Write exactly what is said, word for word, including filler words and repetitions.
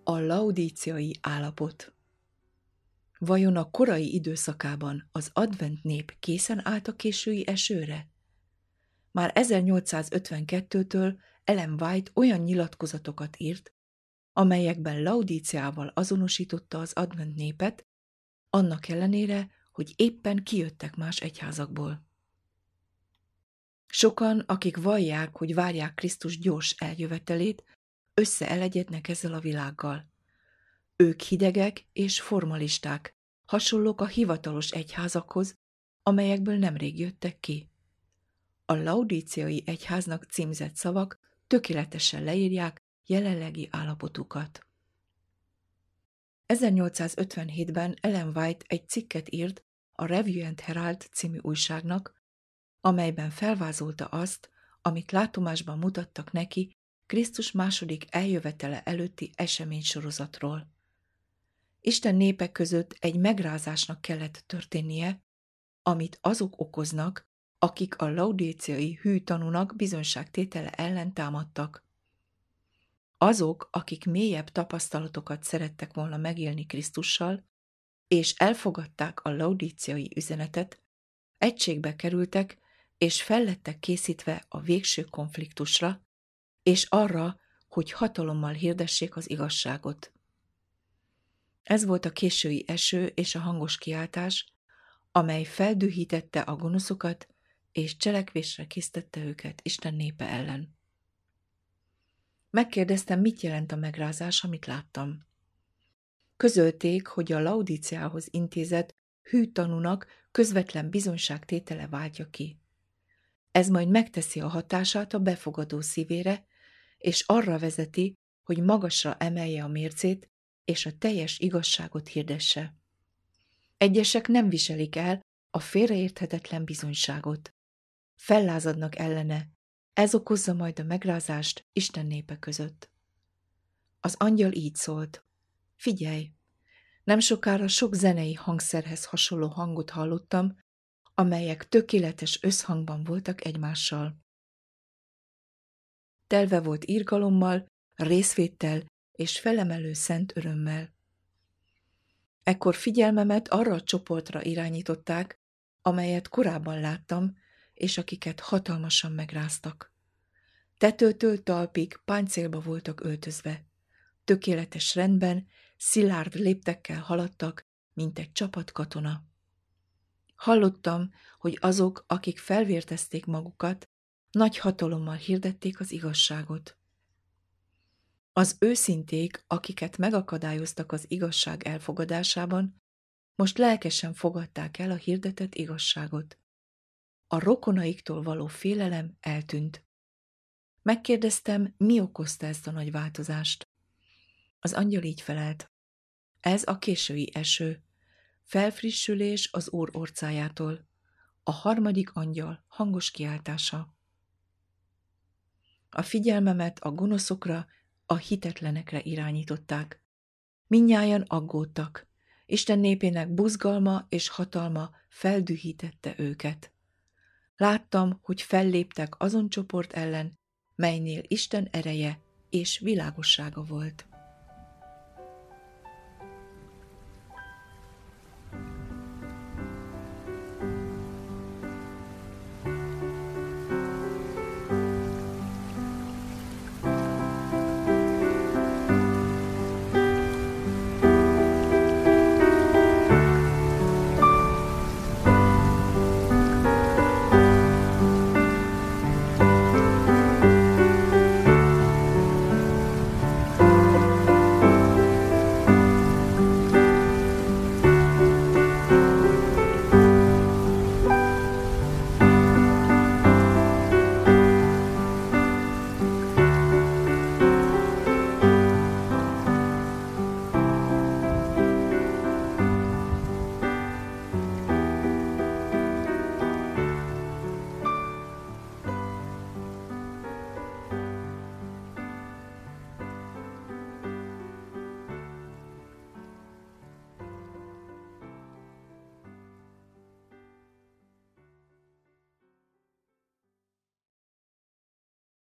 A laudíciai állapot. Vajon a korai időszakában az advent nép készen állt a késői esőre? Már ezernyolcszázötvenkettőtől Ellen White olyan nyilatkozatokat írt, amelyekben Laudíciával azonosította az advent népet, annak ellenére, hogy éppen kijöttek más egyházakból. Sokan, akik vallják, hogy várják Krisztus gyors eljövetelét, összeelegyednek ezzel a világgal. Ők hidegek és formalisták, hasonlók a hivatalos egyházakhoz, amelyekből nemrég jöttek ki. A laudíciai egyháznak címzett szavak tökéletesen leírják jelenlegi állapotukat. ezernyolcszázötvenhétben Ellen White egy cikket írt a Review and Herald című újságnak, amelyben felvázolta azt, amit látomásban mutattak neki Krisztus második eljövetele előtti eseménysorozatról. Isten népe között egy megrázásnak kellett történnie, amit azok okoznak, akik a laudíciai hű tanúnak bizonyságtétele ellen támadtak. Azok, akik mélyebb tapasztalatokat szerettek volna megélni Krisztussal, és elfogadták a laudíciai üzenetet, egységbe kerültek, és fellettek készítve a végső konfliktusra, és arra, hogy hatalommal hirdessék az igazságot. Ez volt a késői eső és a hangos kiáltás, amely feldühítette a gonoszokat, és cselekvésre késztette őket Isten népe ellen. Megkérdeztem, mit jelent a megrázás, amit láttam. Közölték, hogy a Laudíciához intézett hű tanúnak közvetlen bizonyságtétele váltja ki. Ez majd megteszi a hatását a befogadó szívére, és arra vezeti, hogy magasra emelje a mércét, és a teljes igazságot hirdesse. Egyesek nem viselik el a félreérthetetlen bizonyságot. Fellázadnak ellene, ez okozza majd a megrázást Isten népe között. Az angyal így szólt: figyelj, nem sokára sok zenei hangszerhez hasonló hangot hallottam, amelyek tökéletes összhangban voltak egymással. Telve volt irgalommal, részvéttel és felemelő szent örömmel. Ekkor figyelmemet arra a csoportra irányították, amelyet korábban láttam, és akiket hatalmasan megráztak. Tetőtől talpig páncélba voltak öltözve. Tökéletes rendben, szilárd léptekkel haladtak, mint egy csapat katona. Hallottam, hogy azok, akik felvértezték magukat, nagy hatalommal hirdették az igazságot. Az őszinték, akiket megakadályoztak az igazság elfogadásában, most lelkesen fogadták el a hirdetett igazságot. A rokonaiktól való félelem eltűnt. Megkérdeztem, mi okozta ezt a nagy változást. Az angyal így felelt: ez a késői eső, felfrissülés az Úr orcájától, a harmadik angyal hangos kiáltása. A figyelmemet a gonoszokra, a hitetlenekre irányították. Mindnyájan aggódtak. Isten népének buzgalma és hatalma feldühítette őket. Láttam, hogy felléptek azon csoport ellen, melynél Isten ereje és világossága volt.